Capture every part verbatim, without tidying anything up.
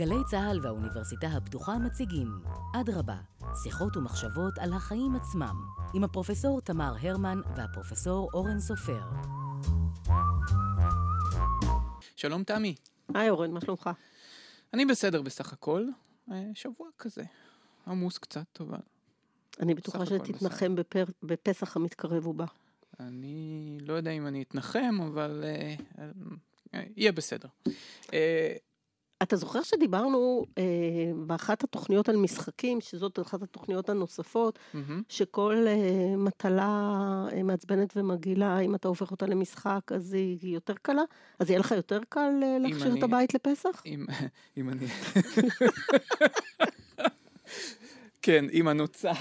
גלי צהל והאוניברסיטה הפתוחה מציגים אדרבה, שיחות ומחשבות על החיים עצמם, עם הפרופסור תמר הרמן והפרופסור אורן סופר. שלום תמי. היי אורן, מה שלומך? אני בסדר בסך הכל, שבוע כזה, עמוס קצת, אבל... אני בטוחה שתתנחם בפר... בפסח המתקרב ובא. אני לא יודע אם אני אתנחם, אבל uh, יהיה בסדר. Uh, אתה זוכר שדיברנו אה, באחת התוכניות על משחקים, שזאת אחת התוכניות הנוספות, mm-hmm. שכל אה, מטלה אה, מעצבנת ומגילה, אם אתה הופך אותה למשחק, אז היא יותר קלה? אז יהיה לך יותר קל אה, להכשיר את הבית לפסח? אם, אם אני... כן, עם הנוצה.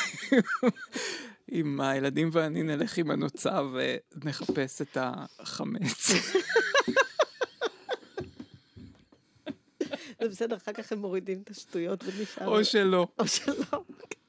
אם הילדים ואני נלך עם הנוצה ונחפש את החמץ. זה בסדר, אחר כך הם מורידים את השטויות ונשאר. או שלא. או שלא.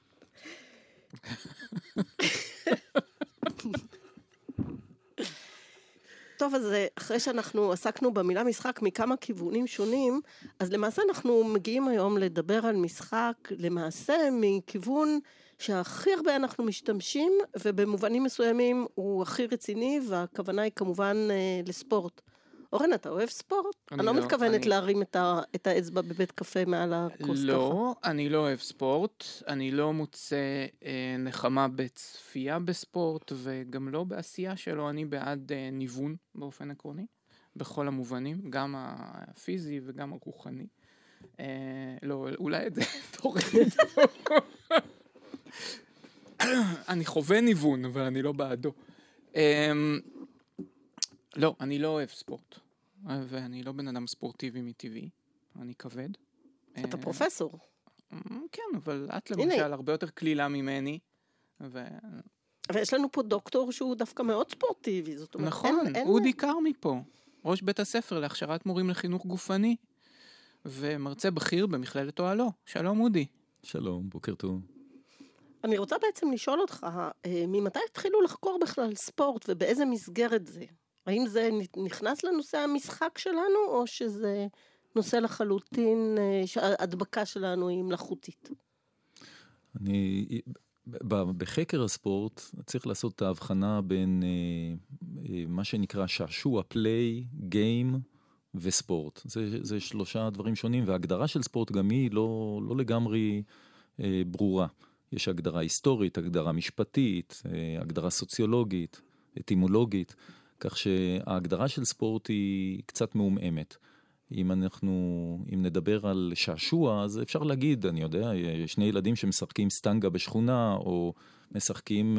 טוב, אז אחרי שאנחנו עסקנו במילה משחק מכמה כיוונים שונים, אז למעשה אנחנו מגיעים היום לדבר על משחק, למעשה מכיוון שהכי הרבה אנחנו משתמשים, ובמובנים מסוימים הוא הכי רציני, והכוונה היא כמובן לספורט. אורן, אתה אוהב ספורט? אני, אני לא מתכוונת אני... להרים את, ה... את האצבע בבית קפה מעל הכוס לא, ככה. אני לא אוהב ספורט, אני לא מוצא אה, נחמה בצפייה בספורט, וגם לא בעשייה שלו, אני בעד אה, ניוון באופן עקרוני, בכל המובנים, גם הפיזי וגם הרוחני. אה, לא, אולי את זה תוריד. אני חווה ניוון, אבל אני לא בעדו. אה, לא, אני לא אוהב ספורט, ואני לא בן אדם ספורטיבי מטבעי, אני כבד. אתה פרופסור. כן, אבל את למשל הרבה יותר כלילה ממני. ויש לנו פה דוקטור שהוא דווקא מאוד ספורטיבי, זאת אומרת, נכון, אודי קרמי פה, ראש בית הספר להכשרת מורים לחינוך גופני, ומרצה בכיר במכללת אוהלו. שלום אודי. שלום, בוקר טוב. אני רוצה בעצם לשאול אותך, ממתי התחילו לחקור בכלל ספורט, ובאיזה מסגרת זה? האם זה נכנס לנושא המשחק שלנו, או שזה נושא לחלוטין, שההדבקה שלנו היא מלאכותית? אני, בחקר הספורט צריך לעשות את ההבחנה בין מה שנקרא שעשוע, פליי, גיים וספורט. זה, זה שלושה דברים שונים, וההגדרה של ספורט גם היא לא, לא לגמרי ברורה. יש הגדרה היסטורית, הגדרה משפטית, הגדרה סוציולוגית, אטימולוגית. כך שההגדרה של ספורט היא קצת מעומעמת. אם אנחנו, אם נדבר על שעשוע, אז אפשר להגיד, אני יודע, שני ילדים שמשחקים סטנגה בשכונה, או משחקים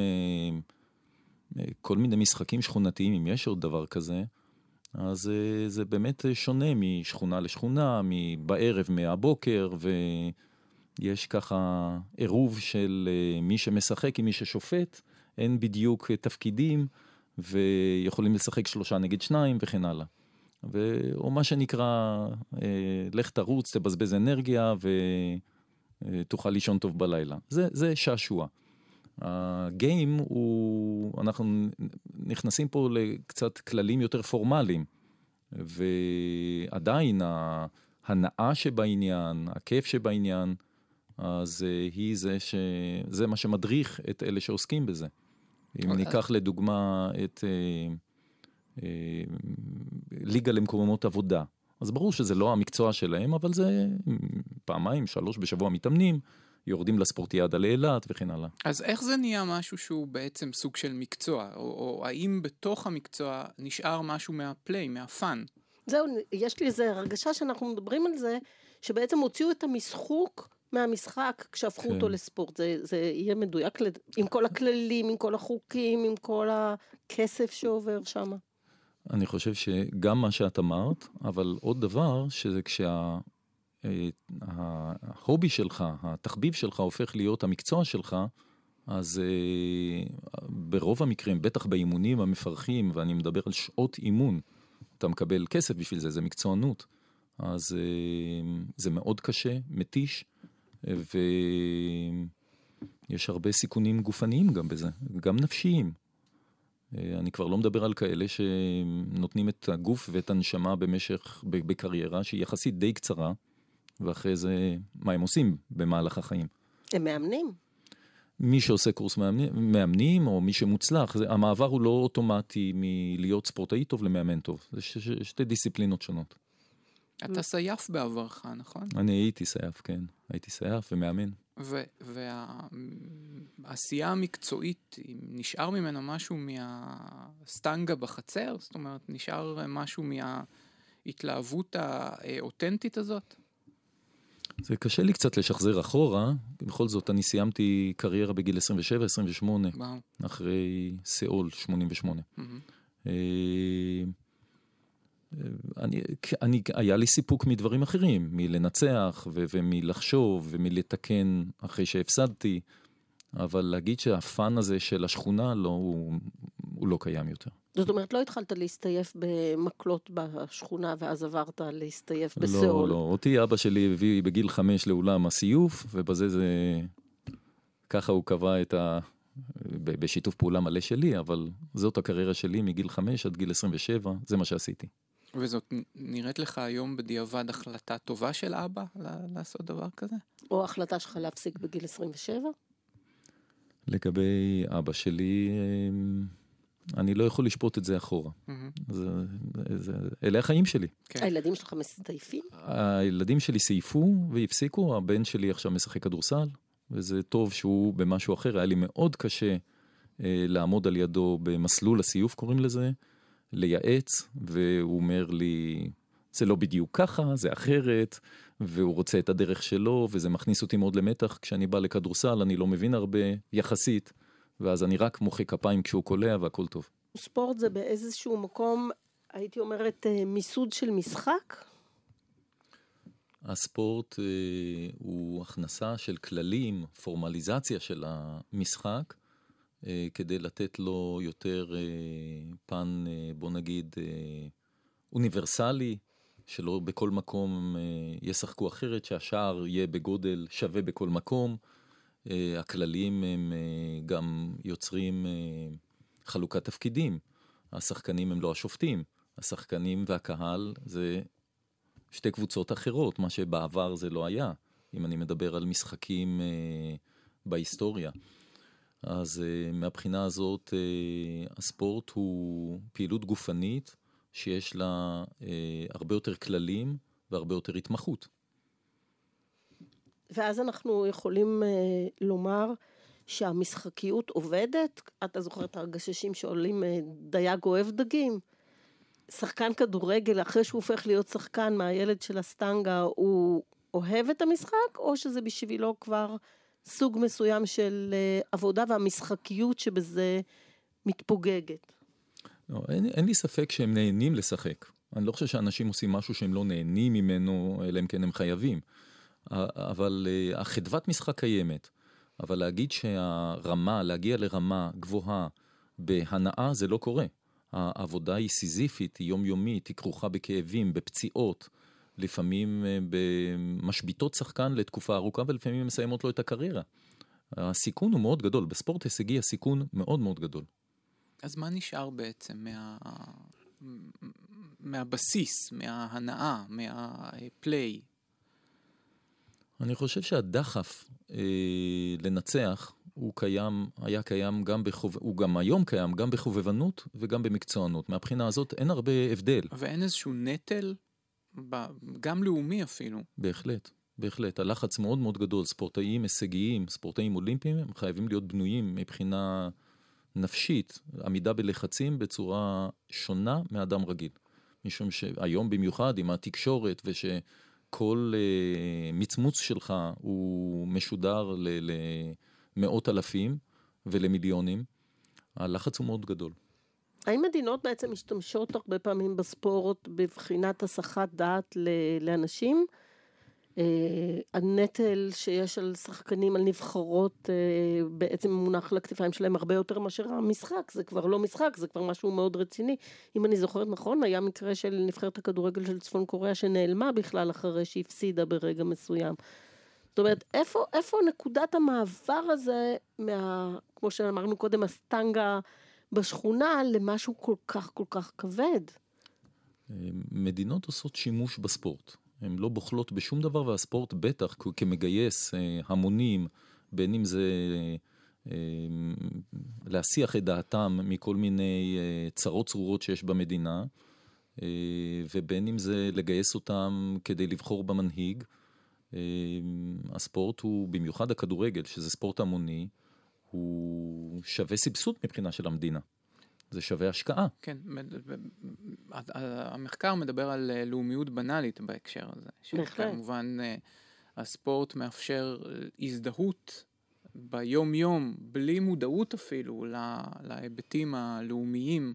כל מיני משחקים שכונתיים, אם יש עוד דבר כזה, אז זה באמת שונה משכונה לשכונה, בערב מהבוקר, ויש ככה עירוב של מי שמשחק עם מי ששופט, אין בדיוק תפקידים, ויכולים לשחק שלושה נגד שניים וכן הלאה. ו... או מה שנקרא, אה, לך תרוץ, תבזבז אנרגיה ותוכל לישון טוב בלילה. זה, זה שעשוע. הגיים הוא, אנחנו נכנסים פה לקצת כללים יותר פורמליים, ועדיין ההנאה שבעניין, הכיף שבעניין, אז היא זה ש... זה מה שמדריך את אלה שעוסקים בזה. אם ניקח לדוגמה את אה, אה, ליגה למקומות עבודה, אז ברור שזה לא המקצוע שלהם, אבל זה פעמיים, שלוש בשבוע מתאמנים, יורדים לספורטיאדה לאילת וכן הלאה. אז איך זה נהיה משהו שהוא בעצם סוג של מקצוע? או, או האם בתוך המקצוע נשאר משהו מהפליי, מהפן? זהו, יש לי איזו הרגשה שאנחנו מדברים על זה, שבעצם הוציאו את המשחוק מהמשחק כשהפכו כן. אותו לספורט. זה, זה יהיה מדויק עם כל הכללים, עם כל החוקים, עם כל הכסף שעובר שם. אני חושב שגם מה שאת אמרת, אבל עוד דבר, שזה כשההובי שלך, התחביב שלך הופך להיות המקצוע שלך, אז ברוב המקרים, בטח באימונים המפרכים, ואני מדבר על שעות אימון, אתה מקבל כסף בשביל זה, זה מקצוענות. אז זה מאוד קשה, מתיש, ויש הרבה סיכונים גופניים גם בזה, גם נפשיים. אני כבר לא מדבר על כאלה שנותנים את הגוף ואת הנשמה במשך, בקריירה שהיא יחסית די קצרה, ואחרי זה מה הם עושים במהלך החיים. הם מאמנים? מי שעושה קורס מאמנים, מאמנים או מי שמוצלח, זה, המעבר הוא לא אוטומטי מלהיות ספורטאי טוב למאמן טוב. זה ש, ש, שתי דיסציפלינות שונות. אתה סייף בעברך, נכון? אני הייתי סייף, כן. הייתי סייף ומאמן. והעשייה המקצועית, נשאר ממנו משהו מהסטנגה בחצר? זאת אומרת, נשאר משהו מההתלהבות האותנטית הזאת? זה קשה לי קצת לשחזר אחורה, בכל זאת אני סיימתי קריירה בגיל עשרים ושבע עשרים ושמונה, וואו. אחרי סאול שמונים ושמונה. Mm-hmm. אני, אני, היה לי סיפוק מדברים אחרים, מלנצח ו- ומלחשוב ומלתקן אחרי שהפסדתי, אבל להגיד שהפן הזה של השכונה לא, הוא, הוא לא קיים יותר. זאת אומרת, לא התחלת להסתייף במקלות בשכונה, ואז עברת להסתייף בסאול. לא, לא. אותי אבא שלי הביא בגיל חמש לאולם הסיוף, ובזה זה, ככה הוא קבע את ה... בשיתוף פעולה מלא שלי, אבל זאת הקריירה שלי מגיל חמש עד גיל עשרים ושבע, זה מה שעשיתי. וזאת נראית לך היום בדיעבד החלטה טובה של אבא לעשות דבר כזה? או החלטה שלך להפסיק בגיל עשרים ושבע? לגבי אבא שלי, אני לא יכול לשפוט את זה אחורה. זה, זה, אלה החיים שלי. כן. הילדים שלך מסתייפים? הילדים שלי סייפו והפסיקו, הבן שלי עכשיו משחק כדורסל, וזה טוב שהוא במשהו אחר. היה לי מאוד קשה אה, לעמוד על ידו במסלול הסיוף, קוראים לזה, לייעץ, והוא אומר לי, זה לא בדיוק ככה, זה אחרת, והוא רוצה את הדרך שלו, וזה מכניס אותי מאוד למתח. כשאני בא לכדורסל, אני לא מבין הרבה יחסית, ואז אני רק מוחא כפיים כשהוא קולע, והכל טוב. ספורט זה באיזשהו מקום, הייתי אומרת, מיסוד של משחק? הספורט אה, הוא הכנסה של כללים, פורמליזציה של המשחק, אה, כדי לתת לו יותר אה, פן, אה, בוא נגיד, אה, אוניברסלי, שלא בכל מקום אה, ישחקו אחרת, שהשער יהיה בגודל שווה בכל מקום. אה, הכללים הם אה, גם יוצרים אה, חלוקת תפקידים. השחקנים הם לא השופטים, השחקנים והקהל זה שתי קבוצות אחרות, מה שבעבר זה לא היה, אם אני מדבר על משחקים אה, בהיסטוריה. אז אה, מהבחינה הזאת, אה, הספורט הוא פעילות גופנית שיש לה אה, הרבה יותר כללים והרבה יותר התמחות. ואז אנחנו יכולים אה, לומר שהמשחקיות עובדת. אתה זוכר את הרגששים שעולים אה, דייג אוהב דגים? שחקן כדורגל, אחרי שהוא הופך להיות שחקן מהילד של הסטנגה, הוא אוהב את המשחק, או שזה בשבילו כבר סוג מסוים של uh, עבודה, והמשחקיות שבזה מתפוגגת? לא, אין, אין לי ספק שהם נהנים לשחק. אני לא חושב שאנשים עושים משהו שהם לא נהנים ממנו, אלא אם כן הם חייבים. אבל uh, החדוות משחק קיימת. אבל להגיד שהרמה, להגיע לרמה גבוהה בהנאה, זה לא קורה. העבודה היא סיזיפית, היא יומיומית, היא כרוכה בכאבים, בפציעות, לפעמים במשביתות שחקן לתקופה ארוכה, ולפעמים מסיימות לו את הקריירה. הסיכון הוא מאוד גדול, בספורט הישגי הסיכון מאוד מאוד גדול. אז מה נשאר בעצם מה... מהבסיס, מההנאה, מהפליי? אני חושב שהדחף אה, לנצח, הוא קיים, היה קיים גם בחוב... הוא גם היום קיים גם בחובבנות וגם במקצוענות. מהבחינה הזאת אין הרבה הבדל. ואין איזשהו נטל, ב... גם לאומי אפילו. בהחלט, בהחלט. הלחץ מאוד מאוד גדול. ספורטאים הישגיים, ספורטאים אולימפיים, הם חייבים להיות בנויים מבחינה נפשית, עמידה בלחצים בצורה שונה מאדם רגיל. משום שהיום במיוחד עם התקשורת ושכל uh, מצמוץ שלך הוא משודר ל... ל... מאות אלפים ולמיליונים, הלחץ הוא מאוד גדול. האם מדינות בעצם משתמשות הרבה פעמים בספורט בבחינת הסחת דעת לאנשים? הנטל שיש על שחקנים, על נבחרות, בעצם מונח לכתפיים שלהם הרבה יותר מאשר המשחק. זה כבר לא משחק, זה כבר משהו מאוד רציני. אם אני זוכרת נכון, היה מקרה של נבחרת הכדורגל של צפון קוריאה שנעלמה בכלל אחרי שהפסידה ברגע מסוים. זאת אומרת, איפה, איפה נקודת המעבר הזה, מה, כמו שאמרנו קודם, הסטנגה בשכונה, למשהו כל כך כל כך כבד? מדינות עושות שימוש בספורט. הן לא בוחלות בשום דבר, והספורט בטח כמגייס המונים, בין אם זה להסיח את דעתם מכל מיני צרות צרורות שיש במדינה, ובין אם זה לגייס אותם כדי לבחור במנהיג. הספורט הוא, במיוחד הכדורגל, שזה ספורט המוני, הוא שווה סבסוד מבחינה של המדינה. זה שווה השקעה. כן, המחקר מדבר על לאומיות בנאלית בהקשר הזה. שכמובן הספורט מאפשר הזדהות ביום יום, בלי מודעות אפילו, להיבטים הלאומיים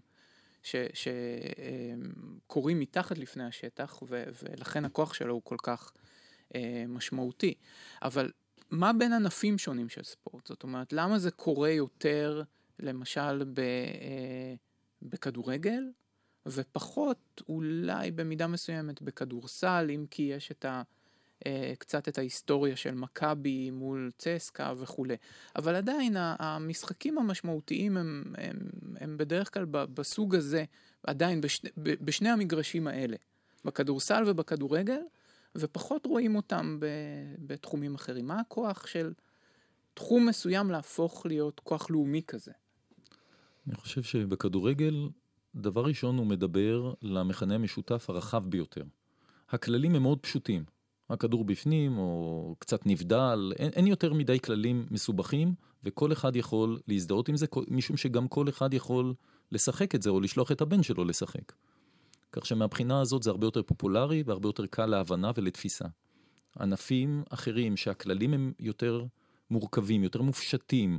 שקורים מתחת לפני השטח, ולכן הכוח שלו הוא כל כך משמעותי. אבל מה בין ענפים שונים של ספורט? זאת אומרת, למה זה קורה יותר, למשל, ב, בכדורגל, ופחות אולי במידה מסוימת בכדורסל, אם כי יש את ה, קצת את ההיסטוריה של מכבי מול צסקה וכו'. אבל עדיין המשחקים המשמעותיים הם, הם, הם בדרך כלל בסוג הזה, עדיין בשני, בשני המגרשים האלה, בכדורסל ובכדורגל, ופחות רואים אותם בתחומים אחרים. מה הכוח של תחום מסוים להפוך להיות כוח לאומי כזה? אני חושב שבכדורגל, דבר ראשון הוא מדבר למכנה המשותף הרחב ביותר. הכללים הם מאוד פשוטים. הכדור בפנים או קצת נבדל, אין, אין יותר מדי כללים מסובכים, וכל אחד יכול להזדהות עם זה, משום שגם כל אחד יכול לשחק את זה, או לשלוח את הבן שלו לשחק. כך שמהבחינה הזאת זה הרבה יותר פופולרי, והרבה יותר קל להבנה ולתפיסה. ענפים אחרים שהכללים הם יותר מורכבים, יותר מופשטים,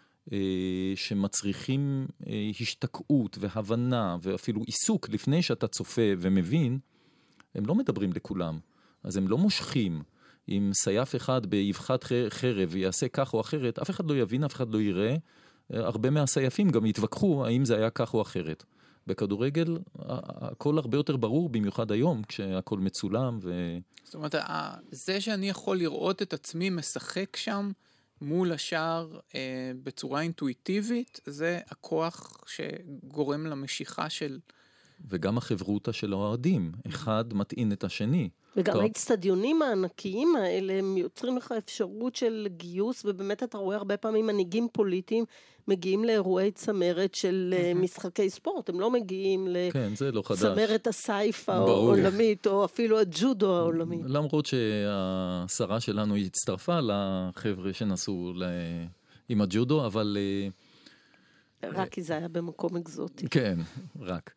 שמצריכים השתקעות והבנה, ואפילו עיסוק לפני שאתה צופה ומבין, הם לא מדברים לכולם. אז הם לא מושכים. אם סייף אחד באבחת חרב יעשה כך או אחרת, אף אחד לא יבין, אף אחד לא יראה. הרבה מהסייפים גם יתווכחו האם זה היה כך או אחרת. בכדורגל הכל הרבה יותר ברור, במיוחד היום, כשהכל מצולם. ו... זאת אומרת, זה שאני יכול לראות את עצמי משחק שם מול השאר אה, בצורה אינטואיטיבית, זה הכוח שגורם למשיכה של... וגם החברותה של האוהדים. אחד מטעין את השני. וגם האצטדיונים הענקיים האלה, הם יוצרים לך אפשרות של גיוס, ובאמת אתה רואה הרבה פעמים מנהיגים פוליטיים, מגיעים לאירועי צמרת של משחקי ספורט, הם לא מגיעים לצמרת הסייף העולמית, או אפילו הג'ודו העולמי. למרות שהשרה שלנו הצטרפה לחבר'ה שנסעו עם הג'ודו, אבל... רק כי זה היה במקום אקזוטי. כן, רק.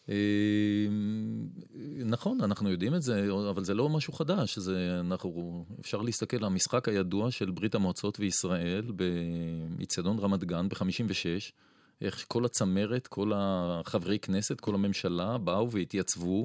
נכון, אנחנו יודעים את זה, אבל זה לא משהו חדש. זה, אנחנו, אפשר להסתכל על המשחק הידוע של ברית המועצות וישראל באצטדיון רמת גן ב-חמישים ושש, איך כל הצמרת, כל החברי כנסת, כל הממשלה באו והתייצבו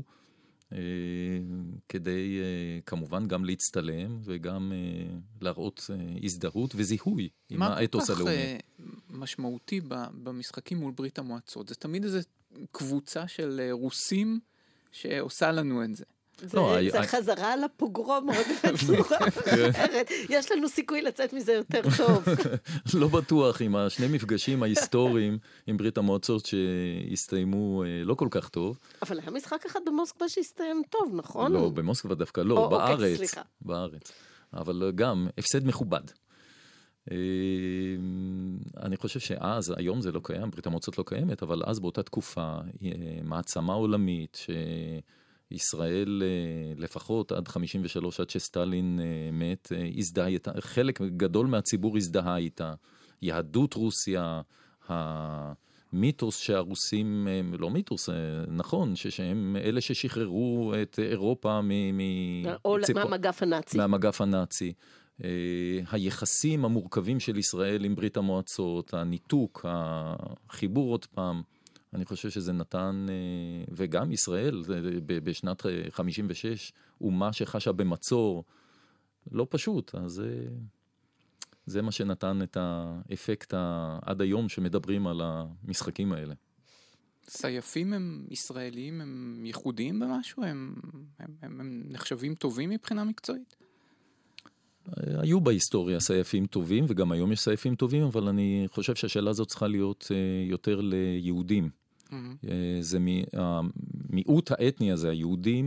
כדי כמובן גם להצטלם וגם להראות הזדהות וזיהוי עם האתוס הלאומי. מה כל כך משמעותי במשחקים מול ברית המועצות? זה תמיד איזה קבוצה של רוסים שעושה לנו את זה. זה חזרה לפוגרום עוד בצורה אחרת. יש לנו סיכוי לצאת מזה יותר טוב. לא בטוח עם השני מפגשים ההיסטוריים עם ברית המועצות שהסתיימו לא כל כך טוב. אבל היה משחק אחד במוסקבה שהסתיים טוב, נכון? לא, במוסקבה דווקא לא, בארץ. בארץ. אבל גם הפסד מכובד. אני חושב שאז, היום זה לא קיים, ברית המועצות לא קיימת, אבל אז באותה תקופה, מעצמה עולמית, שישראל לפחות עד חמישים ושלוש, עד שסטלין מת, הזדהה איתה, חלק גדול מהציבור הזדהה איתה, יהדות רוסיה, המיתוס שהרוסים, לא מיתוס, נכון, שהם אלה ששחררו את אירופה מהמגף הנאצי. מהמגף הנאצי. היחסים המורכבים של ישראל עם ברית המועצות, הניתוק, החיבור עוד פעם, אני חושב שזה נתן, וגם ישראל, בשנת חמישים ושש, אומה שחשה במצור, לא פשוט, אז זה מה שנתן את האפקט עד היום שמדברים על המשחקים האלה. סייפים הם ישראלים, הם ייחודיים במשהו? הם, הם, הם, הם נחשבים טובים מבחינה מקצועית? היו בהיסטוריה סייפים טובים, וגם היום יש סייפים טובים, אבל אני חושב שהשאלה הזאת צריכה להיות יותר ליהודים. Mm-hmm. זה המיעוט האתני הזה, היהודים,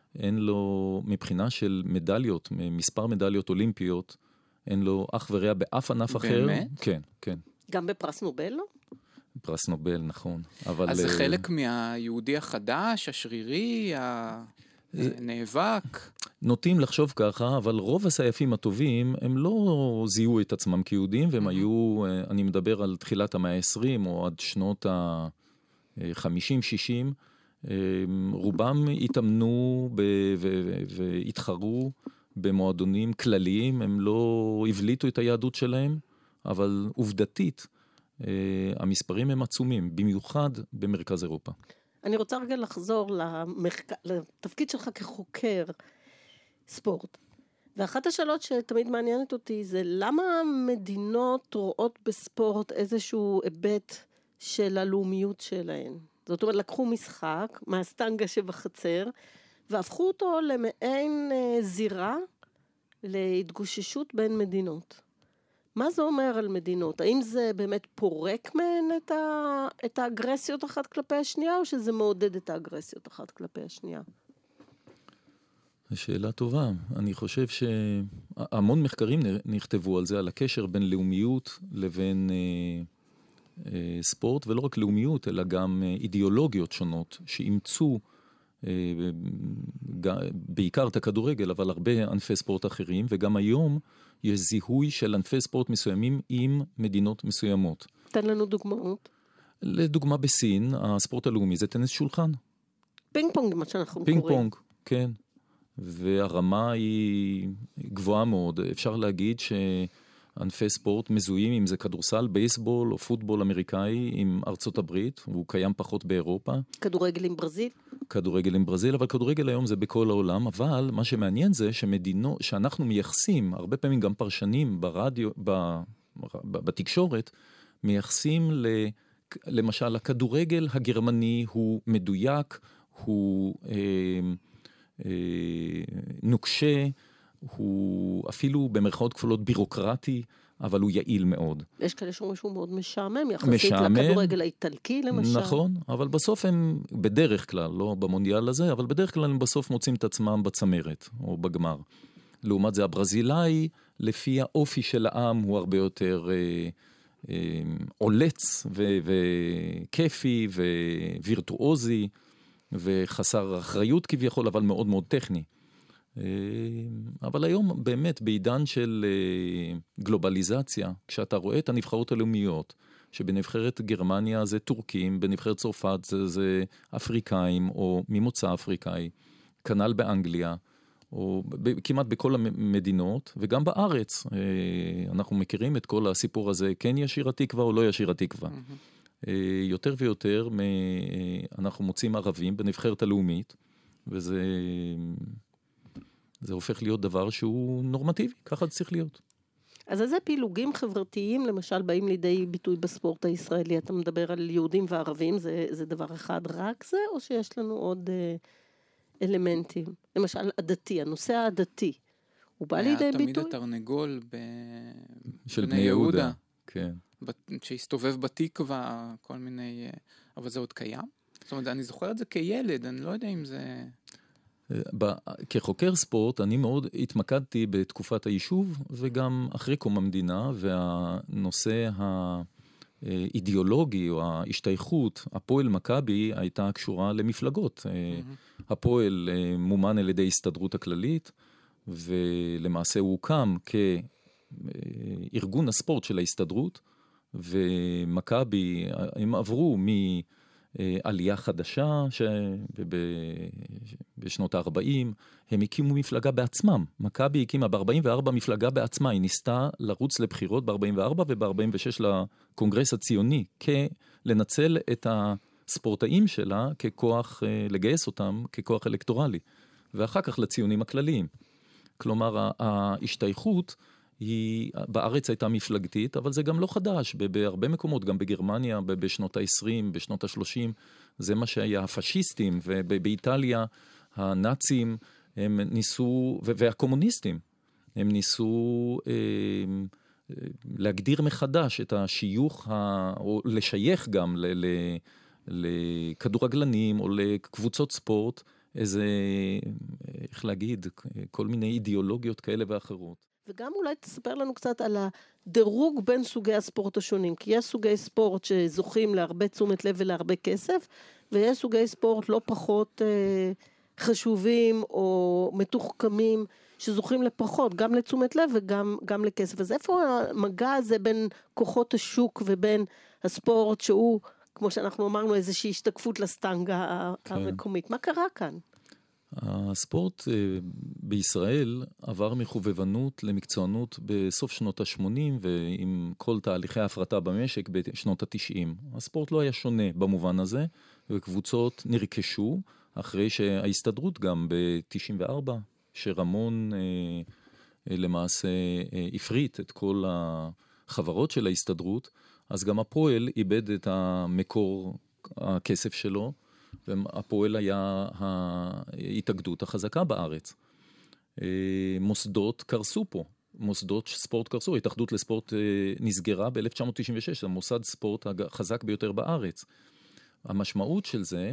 אין לו, מבחינה של מדליות, מספר מדליות אולימפיות, אין לו אח ורע באף ענף אחר. באמת? כן, כן. גם בפרס נובל, לא? פרס נובל, נכון. אבל... אז זה חלק מהיהודי החדש, השרירי, הנאבק. נוטים לחשוב ככה, אבל רוב הסייפים הטובים, הם לא זיהו את עצמם כיהודים, והם היו, אני מדבר על תחילת המאה ה-עשרים, או עד שנות ה-חמישים שישים, רובם התאמנו והתחרו במועדונים כלליים, הם לא הבליטו את היהדות שלהם, אבל עובדתית, המספרים הם עצומים, במיוחד במרכז אירופה. אני רוצה רגע לחזור למחק... לתפקיד שלך כחוקר ספורט. ואחת השאלות שתמיד מעניינת אותי זה למה מדינות רואות בספורט איזשהו היבט של הלאומיות שלהן. זאת אומרת, לקחו משחק מהסטנגה שבחצר, והפכו אותו למעין זירה להתגוששות בין מדינות. מה זה אומר על מדינות? האם זה באמת פורק מהן את, ה... את האגרסיות אחת כלפי השנייה, או שזה מעודד את האגרסיות אחת כלפי השנייה? שאלה טובה. אני חושב שהמון מחקרים נכתבו על זה, על הקשר בין לאומיות לבין אה, אה, ספורט, ולא רק לאומיות, אלא גם אה, אידיאולוגיות שונות, שאימצו אה, בעיקר את הכדורגל, אבל הרבה ענפי ספורט אחרים, וגם היום יש זיהוי של ענפי ספורט מסוימים עם מדינות מסוימות. תן לנו דוגמאות. לדוגמה בסין, הספורט הלאומי זה טניס שולחן. פינג פונג, מה שאנחנו פינג קוראים. פונג, כן. והרמה היא גבוהה מאוד. אפשר להגיד שענפי ספורט מזוהים, אם זה כדורסל, בייסבול או פוטבול אמריקאי עם ארצות הברית, והוא קיים פחות באירופה. כדורגל עם ברזיל? כדורגל עם ברזיל, אבל כדורגל היום זה בכל העולם, אבל מה שמעניין זה שמדינות, שאנחנו מייחסים, הרבה פעמים גם פרשנים ברדיו, ב, בתקשורת, מייחסים ל, למשל, הכדורגל הגרמני הוא מדויק, הוא אה, אה, נוקשה, הוא אפילו במרכאות כפולות בירוקרטי, אבל הוא יעיל מאוד. יש כאלה שאומרים שהוא מאוד משעמם, יחסית משעמם, לכדורגל האיטלקי למשל. נכון, אבל בסוף הם בדרך כלל, לא במונדיאל הזה, אבל בדרך כלל הם בסוף מוצאים את עצמם בצמרת או בגמר. לעומת זה הברזילאי, לפי האופי של העם, הוא הרבה יותר אה, אה, עולץ ו- וכיפי ווירטואוזי, וחסר אחריות כביכול, אבל מאוד מאוד טכני. אבל היום באמת בעידן של גלובליזציה, כשאתה רואה את הנבחרות הלאומיות, שבנבחרת גרמניה זה טורקים, בנבחרת צרפת זה, זה אפריקאים או ממוצא אפריקאי, כנ"ל באנגליה, או כמעט בכל המדינות, וגם בארץ אנחנו מכירים את כל הסיפור הזה, כן ישיר התקווה או לא ישיר התקווה. Mm-hmm. יותר ויותר אנחנו מוצאים ערבים בנבחרת הלאומית, וזה... זה הופך להיות דבר שהוא נורמטיבי, ככה זה צריך להיות. אז איזה פילוגים חברתיים, למשל, באים לידי ביטוי בספורט הישראלי? אתה מדבר על יהודים וערבים, זה, זה דבר אחד רק זה, או שיש לנו עוד אה, אלמנטים? למשל, עדתי, הנושא העדתי, הוא בא לידי ביטוי? היה תמיד התרנגול ב... של בני יהודה. יהודה. כן. שהסתובב בתקווה, כל מיני... אבל זה עוד קיים? זאת אומרת, אני זוכר את זה כילד, אני לא יודע אם זה... כחוקר ספורט, אני מאוד התמקדתי בתקופת היישוב, וגם אחרי קום המדינה, והנושא האידיאולוגי או ההשתייכות, הפועל מכבי הייתה קשורה למפלגות. Mm-hmm. הפועל מומן על ידי הסתדרות הכללית, ולמעשה הוא הוקם כארגון הספורט של ההסתדרות, ומכבי, הם עברו מ... עלייה חדשה בשנות ה-ארבעים, הם הקימו מפלגה בעצמם. מכבי הקימה ב-ארבעים וארבע מפלגה בעצמה, היא ניסתה לרוץ לבחירות ב-ארבעים וארבע וב-ארבעים ושש לקונגרס הציוני, לנצל את הספורטאים שלה ככוח, לגייס אותם ככוח אלקטורלי, ואחר כך לציונים הכלליים. כלומר, ההשתייכות היא בארץ הייתה מפלגתית, אבל זה גם לא חדש, בהרבה מקומות, גם בגרמניה, בשנות ה-עשרים, בשנות ה-שלושים, זה מה שהיה הפשיסטים, ובאיטליה הנאצים הם ניסו, והקומוניסטים, הם ניסו אה, להגדיר מחדש את השיוך, ה, או לשייך גם ל, ל, לכדורגלנים או לקבוצות ספורט, איזה, איך להגיד, כל מיני אידיאולוגיות כאלה ואחרות. וגם אולי תספר לנו קצת על הדירוג בין סוגי הספורט השונים, כי יש סוגי ספורט שזוכים להרבה תשומת לב ולהרבה כסף, ויש סוגי ספורט לא פחות אה, חשובים או מתוחכמים, שזוכים לפחות, גם לתשומת לב וגם גם לכסף. אז איפה המגע הזה בין כוחות השוק ובין הספורט, שהוא, כמו שאנחנו אמרנו, איזושהי השתקפות לסטנגה כן. המקומית? מה קרה כאן? הספורט בישראל עבר מחובבנות למקצוענות בסוף שנות ה-שמונים, ועם כל תהליכי ההפרטה במשק בשנות ה-תשעים. הספורט לא היה שונה במובן הזה, וקבוצות נרכשו, אחרי שההסתדרות גם ב-תשעים וארבע, שרמון למעשה הפריט את כל החברות של ההסתדרות, אז גם הפועל איבד את המקור הכסף שלו, והפועל היה ההתאגדות החזקה בארץ. מוסדות קרסו פה, מוסדות ספורט קרסו, ההתאחדות לספורט נסגרה ב-אלף תשע מאות תשעים ושש, המוסד ספורט החזק ביותר בארץ. המשמעות של זה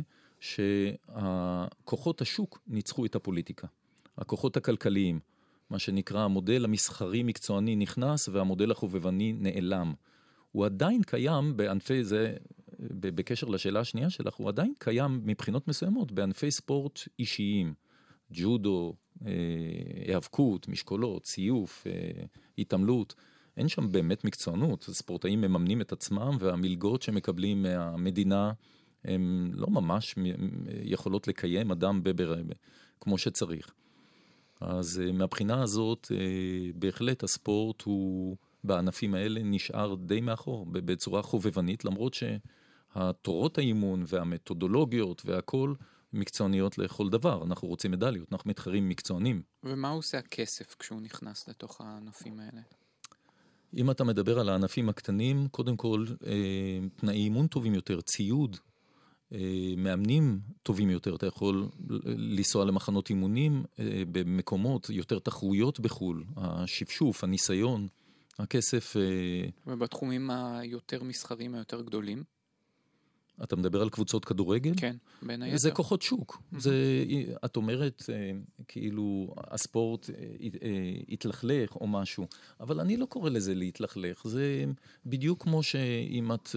שכוחות השוק ניצחו את הפוליטיקה. הכוחות הכלכליים, מה שנקרא המודל המסחרי מקצועני נכנס והמודל החובבני נעלם. הוא עדיין קיים בענפי זה, בקשר לשאלה השנייה שלך, הוא עדיין קיים מבחינות מסוימות בענפי ספורט אישיים, ג'ודו, היאבקות, משקולות, ציוף, התעמלות. אין שם באמת מקצוענות. הספורטאים מממנים את עצמם, והמלגות שמקבלים מהמדינה הם לא ממש יכולות לקיים אדם כמו שצריך. אז מהבחינה הזאת, בהחלט הספורט הוא בענפים האלה נשאר די מאחור, בצורה חובבנית, למרות שהתורות האימון והמתודולוגיות והכל מקצועניות לכל דבר. אנחנו רוצים מדליות, אנחנו מתחרים מקצוענים. ומה עושה הכסף כשהוא נכנס לתוך הענפים האלה? אם אתה מדבר על הענפים הקטנים, קודם כל, תנאי אימון טובים יותר, ציוד, מאמנים טובים יותר, אתה יכול לנסוע למחנות אימונים במקומות, יותר תחרויות בחול, השפשוף, הניסיון, הכסף... ובתחומים היותר מסחרים, היותר גדולים? אתה מדבר על קבוצות כדורגל? כן, בין היתר. זה כוחות שוק. זה, את אומרת, כאילו, הספורט התלכלך או משהו, אבל אני לא קורא לזה להתלכלך. זה בדיוק כמו שאם את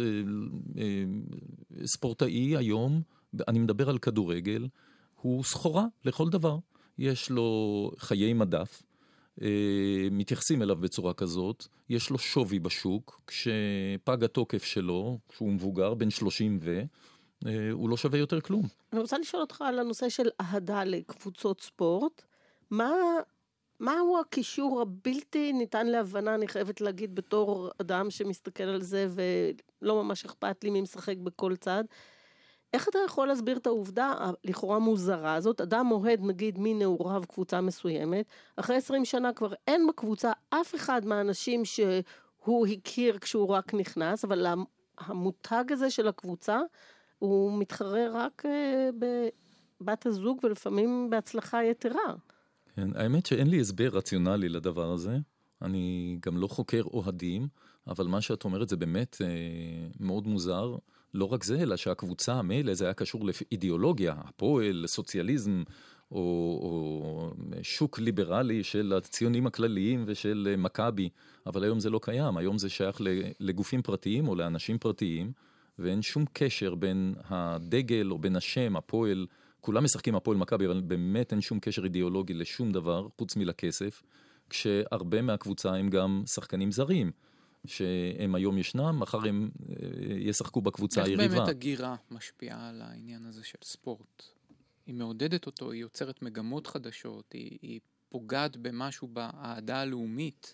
ספורטאי היום, אני מדבר על כדורגל, הוא סחורה לכל דבר. יש לו חיי מדף, מתייחסים אליו בצורה כזאת, יש לו שווי בשוק, כשפג התוקף שלו, שהוא מבוגר, בין שלושים ו, הוא לא שווה יותר כלום. אני רוצה לשאול אותך על הנושא של אהדה לקבוצות ספורט. מה, מהו הקישור הבלתי ניתן להבנה, אני חייבת להגיד, בתור אדם שמסתכל על זה, ולא ממש אכפת לי מי משחק בכל צד. איך אתה יכול להסביר את העובדה לכאורה מוזרה הזאת? אדם אוהד נגיד מנעוריו קבוצה מסוימת, אחרי עשרים שנה כבר אין בקבוצה אף אחד מהאנשים שהוא הכיר כשהוא רק נכנס, אבל המותג הזה של הקבוצה הוא מתחרה רק בבת הזוג ולפעמים בהצלחה יתרה. כן, האמת שאין לי הסבר רציונלי לדבר הזה, אני גם לא חוקר אוהדים, אבל מה שאת אומרת זה באמת מאוד מוזר, לא רק זה, אלא שהקבוצה, המילא, זה היה קשור לאידיאולוגיה, הפועל, סוציאליזם, או, או שוק ליברלי של הציונים הכלליים ושל מכבי, אבל היום זה לא קיים, היום זה שייך לגופים פרטיים או לאנשים פרטיים, ואין שום קשר בין הדגל או בין השם, הפועל, כולם משחקים הפועל מכבי, אבל באמת אין שום קשר אידיאולוגי לשום דבר, חוץ מלכסף, כשהרבה מהקבוצה הם גם שחקנים זרים, שהם היום ישנם, מחר הם ישחקו בקבוצה היריבה. איך באמת הגירה משפיעה על העניין הזה של ספורט? היא מעודדת אותו, היא יוצרת מגמות חדשות, היא, היא פוגעת במשהו באהדה הלאומית.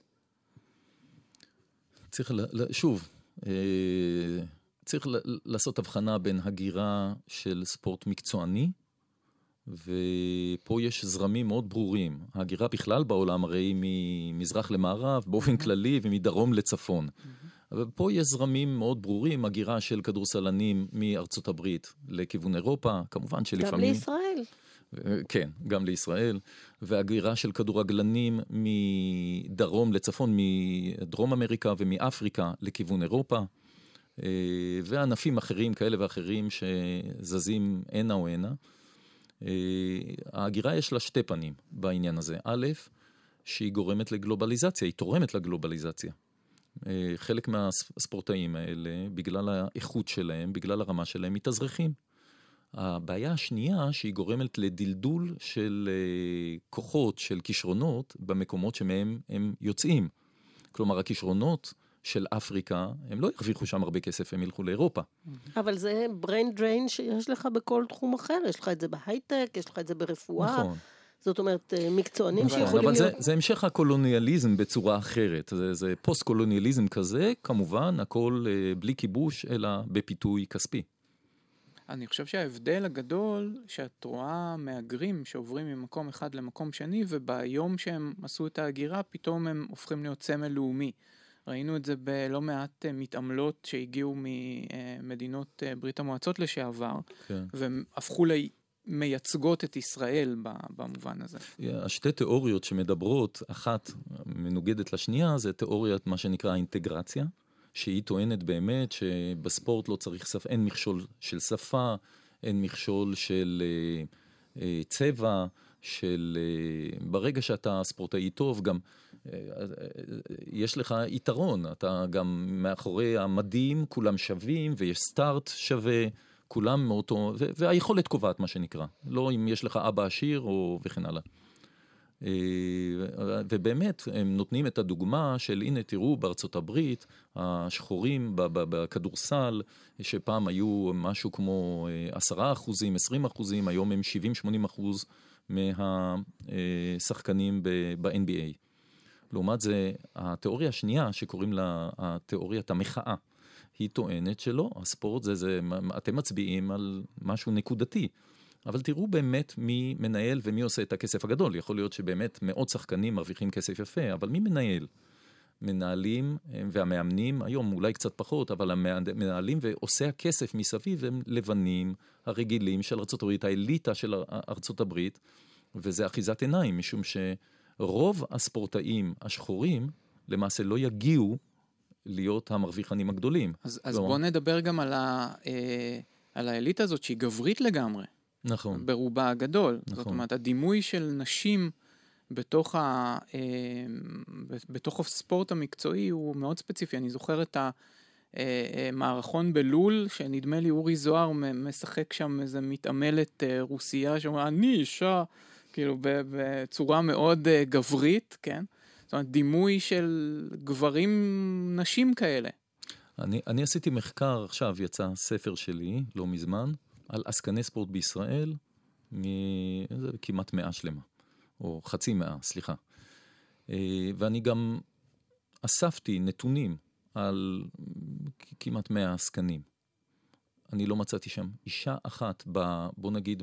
צריך, שוב, צריך לעשות הבחנה בין הגירה של ספורט מקצועני, ופה יש זרמים מאוד ברורים. ההגירה בכלל בעולם הרי היא ממזרח למערב, באופן כללי, ומדרום לצפון. אבל פה יש זרמים מאוד ברורים, הגירה של כדורסלנים מארצות הברית לכיוון אירופה, כמובן שלפעמים... גם לישראל. כן, גם לישראל. והגירה של כדורגלנים מדרום לצפון, מדרום אמריקה ומאפריקה לכיוון אירופה. וענפים אחרים כאלה ואחרים שזזים הנה או הנה. ההגירה יש לה שתי פנים בעניין הזה. א', שהיא גורמת לגלובליזציה, היא תורמת לגלובליזציה. חלק מהספורטאים האלה, בגלל האיכות שלהם, בגלל הרמה שלהם, מתאזרחים. הבעיה השנייה שהיא גורמת לדלדול של כוחות, של כישרונות, במקומות שמהם הם יוצאים. כלומר, הכישרונות של אפריקה, הם לא ירוויחו שם הרבה כסף, הם ילכו לאירופה. אבל זה brain drain שיש לך בכל תחום אחר, יש לך את זה בהייטק, יש לך את זה ברפואה. נכון. זאת אומרת, מקצוענים שיכולים להיות... אבל זה, זה המשך הקולוניאליזם בצורה אחרת. זה, זה פוסט-קולוניאליזם כזה, כמובן, הכל בלי כיבוש, אלא בפיתוי כספי. אני חושב שההבדל הגדול, שאת רואה מהגרים שעוברים ממקום אחד למקום שני, וביום שהם עשו את ההגירה, פתאום הם הופכים להיות סמל לאומי. ראינו את זה בלא מעט מתעמלות שהגיעו ממדינות ברית המועצות לשעבר, כן. והם הפכו למייצגות את ישראל במובן הזה. השתי תיאוריות שמדברות, אחת מנוגדת לשנייה, זה תיאוריית מה שנקרא האינטגרציה, שהיא טוענת באמת שבספורט לא צריך שפה, אין מכשול של שפה, אין מכשול של אה, אה, צבע, של אה, ברגע שאתה ספורטאי טוב, גם אה, אה, יש לך יתרון, אתה גם מאחורי המדים, כולם שווים, ויש סטארט שווה, כולם מאותו, ו- והיכולת קובעת מה שנקרא, לא אם יש לך אבא עשיר או וכן הלאה. ובאמת הם נותנים את הדוגמה של הנה תראו בארצות הברית השחורים בכדורסל שפעם היו משהו כמו עשרה אחוזים, עשרים אחוזים, היום הם שבעים שמונים אחוז מהשחקנים ב-אן בי איי. לעומת זה התיאוריה השנייה שקוראים לה התיאוריית המחאה, היא טוענת שלא, הספורט זה, זה אתם מצביעים על משהו נקודתי. אבל תראו באמת מי מנהל ומי עושה את הכסף הגדול. יכול להיות שבאמת מאות שחקנים מרוויחים כסף יפה, אבל מי מנהל? מנהלים והמאמנים, היום אולי קצת פחות, אבל המנהלים ועושה הכסף מסביב הם לבנים הרגילים של ארצות הברית, האליטה של ארצות הברית, וזה אחיזת עיניים, משום שרוב הספורטאים השחורים למעשה לא יגיעו להיות המרוויחנים הגדולים. אז, אז בוא נדבר גם על, ה, אה, על האליטה הזאת שהיא גברית לגמרי. נכון. ברובה הגדול. נכון. זאת אומרת, הדימוי של נשים בתוך, ה, אה, בתוך הספורט המקצועי הוא מאוד ספציפי. אני זוכר את המערכון בלול, שנדמה לי אורי זוהר משחק שם איזה מתעמלת רוסייה, שאומר, אני אישה, כאילו בצורה מאוד גברית, כן? זאת אומרת, דימוי של גברים נשים כאלה. אני, אני עשיתי מחקר, עכשיו יצא ספר שלי, לא מזמן, על עסקני ספורט בישראל, מכמעט מאה שלמה, או חצי מאה, סליחה. ואני גם אספתי נתונים על כמעט מאה עסקנים. אני לא מצאתי שם אישה אחת, ב, בוא נגיד,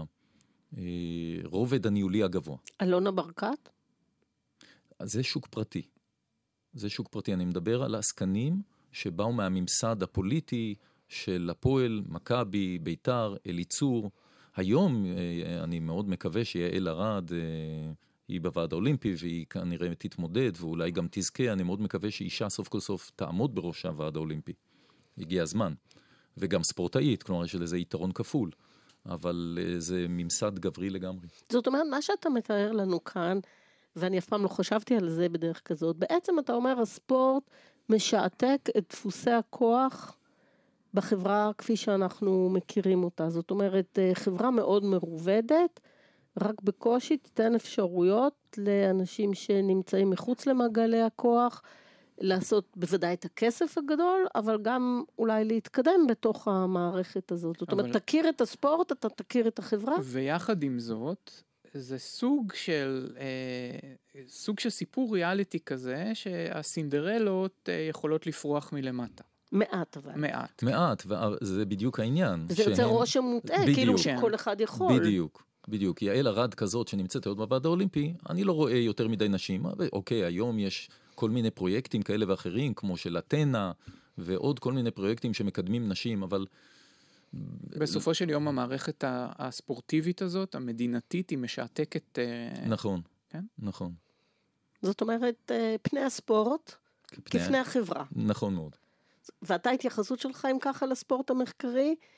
ברובד הניהולי הגבוה. אלונה ברקת? זה שוק פרטי. זה שוק פרטי. אני מדבר על העסקנים שבאו מהממסד הפוליטי, של הפועל, מכבי, ביתר, אליצור. היום אני מאוד מקווה שיעל ארד, היא בוועד האולימפי, והיא כנראה תתמודד, ואולי גם תזכה. אני מאוד מקווה שאישה סוף כל סוף תעמוד בראש הוועד האולימפי. הגיע הזמן. וגם ספורטאית, כלומר יש לזה יתרון כפול. אבל זה ממסד גברי לגמרי. זאת אומרת, מה שאתה מתאר לנו כאן, ואני אף פעם לא חשבתי על זה בדרך כזאת, בעצם אתה אומר, הספורט משעתק את דפוסי הכוח בחברה כפי שאנחנו מכירים אותה. זאת אומרת, חברה מאוד מרובדת, רק בקושי תיתן אפשרויות לאנשים שנמצאים מחוץ למעגלי הכוח, לעשות בוודאי את הכסף הגדול, אבל גם אולי להתקדם בתוך המערכת הזאת. זאת אומרת, אבל... תכיר את הספורט, אתה תכיר את החברה. ויחד עם זאת, זה סוג של, אה, סוג של סיפור ריאליטי כזה, שהסינדרלות אה, יכולות לפרוח מלמטה. מעט אבל. מעט. מעט, וזה בדיוק העניין. זה יוצא רושם מוטעה, כאילו שכל אחד יכול. בדיוק, בדיוק. יעל ארד כזאת שנמצאת עוד בוועד האולימפי, אני לא רואה יותר מדי נשים. אוקיי, היום יש כל מיני פרויקטים כאלה ואחרים, כמו של אתנה, ועוד כל מיני פרויקטים שמקדמים נשים, אבל... בסופו של יום המערכת הספורטיבית הזאת, המדינתית, היא משעתקת... נכון, כן? נכון. זאת אומרת, פני הספורט, כפני, כפני החברה. נכון מאוד. ואתה התייחסות שלך, אם ככה, לספורט המחקרי,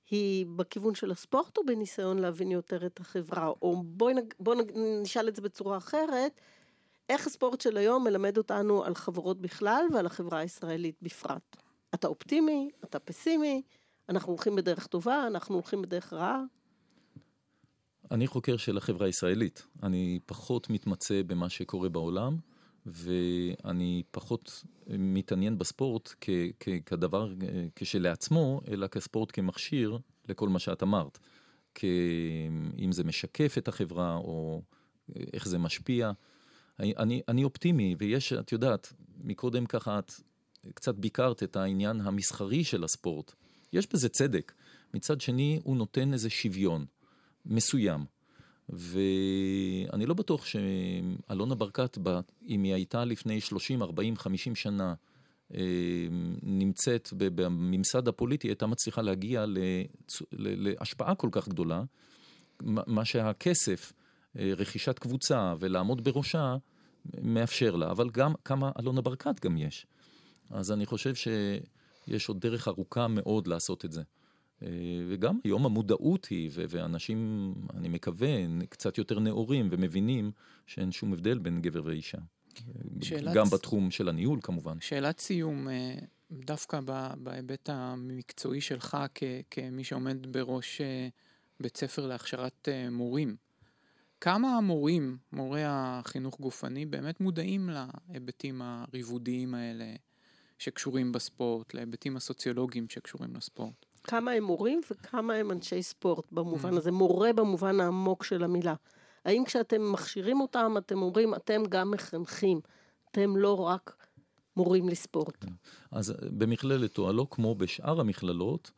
היא בכיוון של הספורט או בניסיון להבין יותר את החברה? או בואי נג... בוא נג... נשאל את זה בצורה אחרת, איך הספורט של היום מלמד אותנו על חברות בכלל ועל החברה הישראלית בפרט? אתה אופטימי? אתה פסימי? אנחנו הולכים בדרך טובה? אנחנו הולכים בדרך רעה? אני חוקר של החברה הישראלית. אני פחות מתמצא במה שקורה בעולם, ואני פחות מתעניין בספורט כ- כ- כדבר כשלעצמו, אלא כספורט כמכשיר לכל מה שאת אמרת. כ- אם זה משקף את החברה או איך זה משפיע. אני, אני אופטימי, ויש, את יודעת, מקודם ככה את קצת ביקרת את העניין המסחרי של הספורט. יש בזה צדק. מצד שני, הוא נותן איזה שוויון מסוים. ואני לא בטוח שאלונה ברקת, אם היא הייתה לפני שלושים, ארבעים, חמישים שנה, נמצאת בממסד הפוליטי, הייתה מצליחה להגיע להשפעה כל כך גדולה, מה שהכסף, רכישת קבוצה ולעמוד בראשה, מאפשר לה. אבל גם כמה אלונה ברקת גם יש. אז אני חושב שיש עוד דרך ארוכה מאוד לעשות את זה. וגם היום המודעות היא, ואנשים, אני מקווה, קצת יותר נאורים ומבינים שאין שום הבדל בין גבר ואישה. גם בתחום של הניהול, כמובן. שאלת סיום, דווקא בהיבט המקצועי שלך, כמי שעומד בראש בית ספר להכשרת מורים, כמה המורים, מורי החינוך גופני, באמת מודעים להיבטים הריבודיים האלה שקשורים בספורט, להיבטים הסוציולוגיים שקשורים לספורט? כמה הם מורים וכמה הם אנשי ספורט במובן הזה, מורה במובן העמוק של המילה. האם כשאתם מכשירים אותם, אתם אומרים, אתם גם מחנכים, אתם לא רק מורים לספורט? אז במכללת תואלו, כמו בשאר המכללות,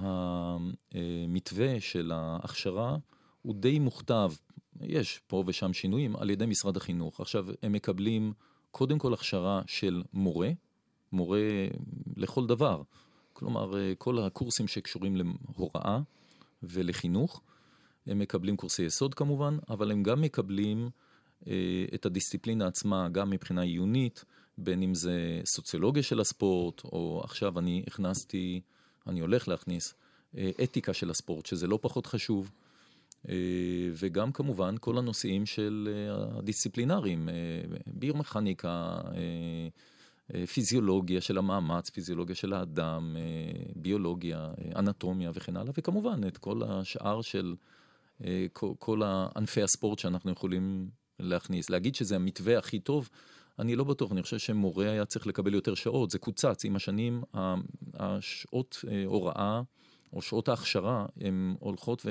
המתווה של ההכשרה הוא די מוכתב, יש פה ושם שינויים, על ידי משרד החינוך. עכשיו, הם מקבלים קודם כל הכשרה של מורה, מורה לכל דבר. כלומר, כל הקורסים שקשורים להוראה ולחינוך, הם מקבלים קורסי יסוד כמובן, אבל הם גם מקבלים אה, את הדיסציפלינה עצמה, גם מבחינה עיונית, בין אם זה סוציולוגיה של הספורט, או עכשיו אני הכנסתי, אני הולך להכניס, אה, אתיקה של הספורט, שזה לא פחות חשוב, אה, וגם כמובן כל הנושאים של אה, הדיסציפלינריים, אה, ביומכניקה, אה, פיזיולוגיה של המאמץ, פיזיולוגיה של האדם, ביולוגיה, אנטומיה וכן הלאה, וכמובן את כל השאר של כל, כל ענפי הספורט שאנחנו יכולים להכניס. להגיד שזה המתווה הכי טוב, אני לא בטוח, אני חושב שמורה היה צריך לקבל יותר שעות, זה קוצץ עם השנים, השעות הוראה או שעות ההכשרה הן הולכות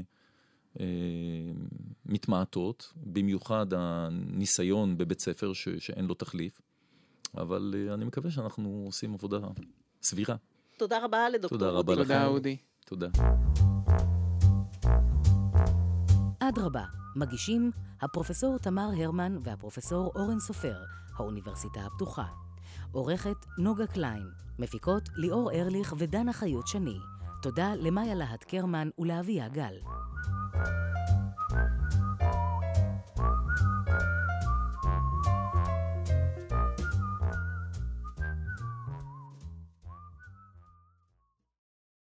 ומתמעטות, במיוחד הניסיון בבית ספר ש, שאין לו תחליף. אבל אני מקווה שאנחנו עושים עבודה סבירה. תודה רבה לדוקטור תודה רבה אודי. לך. תודה אודי. תודה. אדרבה, מגישים הפרופסור תמר הרמן והפרופסור אורן סופר, האוניברסיטה הפתוחה. עורכת נוגה קליין, מפיקות ליאור ארליך ודנה חיות שני. תודה למאיה להט קרמן ולאביה גל.